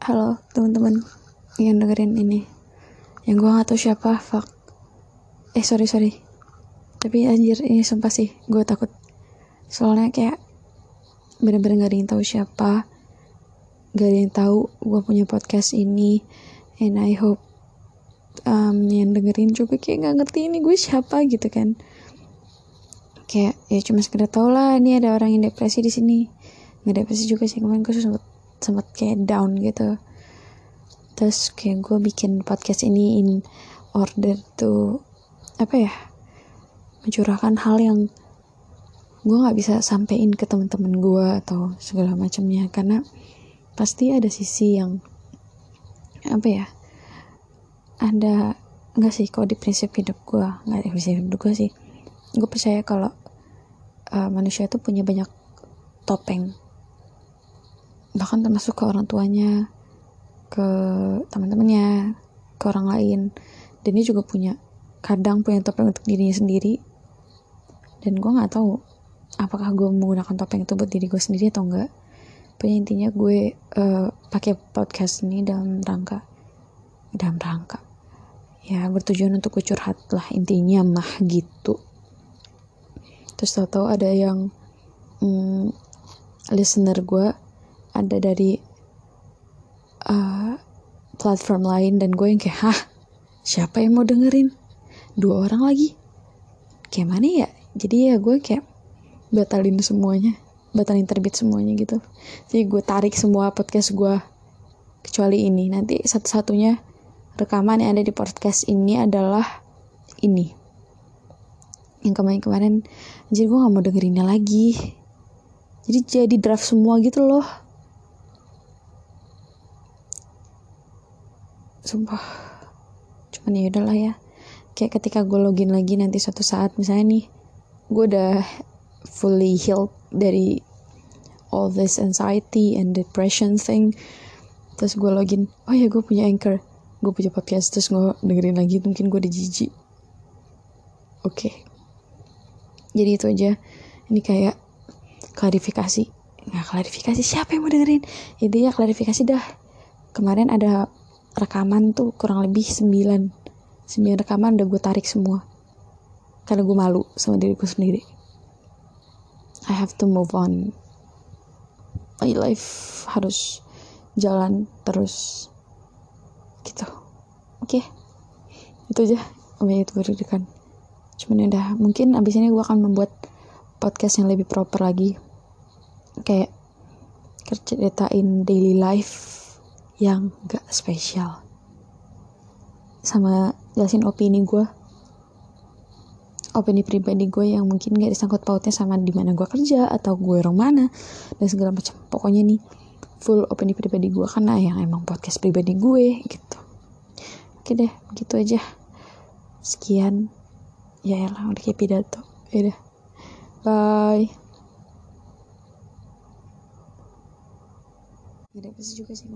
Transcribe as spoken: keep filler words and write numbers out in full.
Halo teman-teman yang dengerin ini, yang gue nggak tahu siapa, fuck. Eh sorry sorry. Tapi anjir ini sumpah sih, gue takut. Soalnya kayak bener-bener gak ada yang tahu siapa, gak ada yang tahu gue punya podcast ini, and I hope um, yang dengerin juga kayak nggak ngerti ini gue siapa gitu kan. Kayak ya cuma sekedar tau lah, ini ada orang yang depresi di sini. Nggak depresi juga sih, kemarin gue sempet sempet kayak down gitu. Terus kayak gue bikin podcast ini in order to apa ya, mencurahkan hal yang gue nggak bisa sampein ke teman-teman gue atau segala macamnya, karena pasti ada sisi yang apa ya, ada nggak sih, kalau di prinsip hidup gue nggak di prinsip hidup gue sih, gue percaya kalau uh, manusia itu punya banyak topeng, bahkan termasuk ke orang tuanya, ke teman-temannya, ke orang lain. Dan dia juga punya, kadang punya topeng untuk dirinya sendiri. Dan gue nggak tahu apakah gue menggunakan topeng itu buat diri gue sendiri atau enggak. Pokoknya intinya gue uh, pakai podcast ini dalam rangka dalam rangka ya bertujuan untuk gue curhat lah intinya mah gitu. Terus tahu-tahu ada yang mm, listener gue ada dari uh, platform lain, dan gue yang kayak hah, siapa yang mau dengerin, dua orang lagi, kayak mana ya. Jadi ya gue kayak batalin semuanya, batalin terbit semuanya gitu. Jadi gue tarik semua podcast gue kecuali ini. Nanti satu-satunya rekaman yang ada di podcast ini adalah ini, yang kemarin-kemarin. Jadi gue gak mau dengerinnya lagi, jadi jadi draft semua gitu loh, sumpah. Cuman ya udahlah ya, kayak ketika gue login lagi nanti suatu saat, misalnya nih gue udah fully healed dari all this anxiety and depression thing, terus gue login, oh ya gue punya Anchor, gue punya podcast, terus gue dengerin lagi, mungkin gue udah jijik. Oke, okay. Jadi itu aja. Ini kayak klarifikasi, nggak klarifikasi, siapa yang mau dengerin, intinya klarifikasi dah. Kemarin ada rekaman tuh kurang lebih sembilan sembilan rekaman udah gue tarik semua karena gue malu sama diriku sendiri. I have to move on, my life harus jalan terus gitu. Oke, okay. Itu aja. Oh ya, itu berikan. Cuman udah, mungkin abis ini gue akan membuat podcast yang lebih proper lagi, kayak ceritain daily life yang gak spesial, sama jelasin opini gue, opini pribadi gue yang mungkin gak disangkut pautnya sama di mana gue kerja atau gue orang mana dan segala macam. Pokoknya nih full opini pribadi gue karena yang emang podcast pribadi gue gitu. Oke deh, gitu aja. Sekian. Ya elah, udah kayak pidato. Ya udah. Bye. Gak ada juga sih.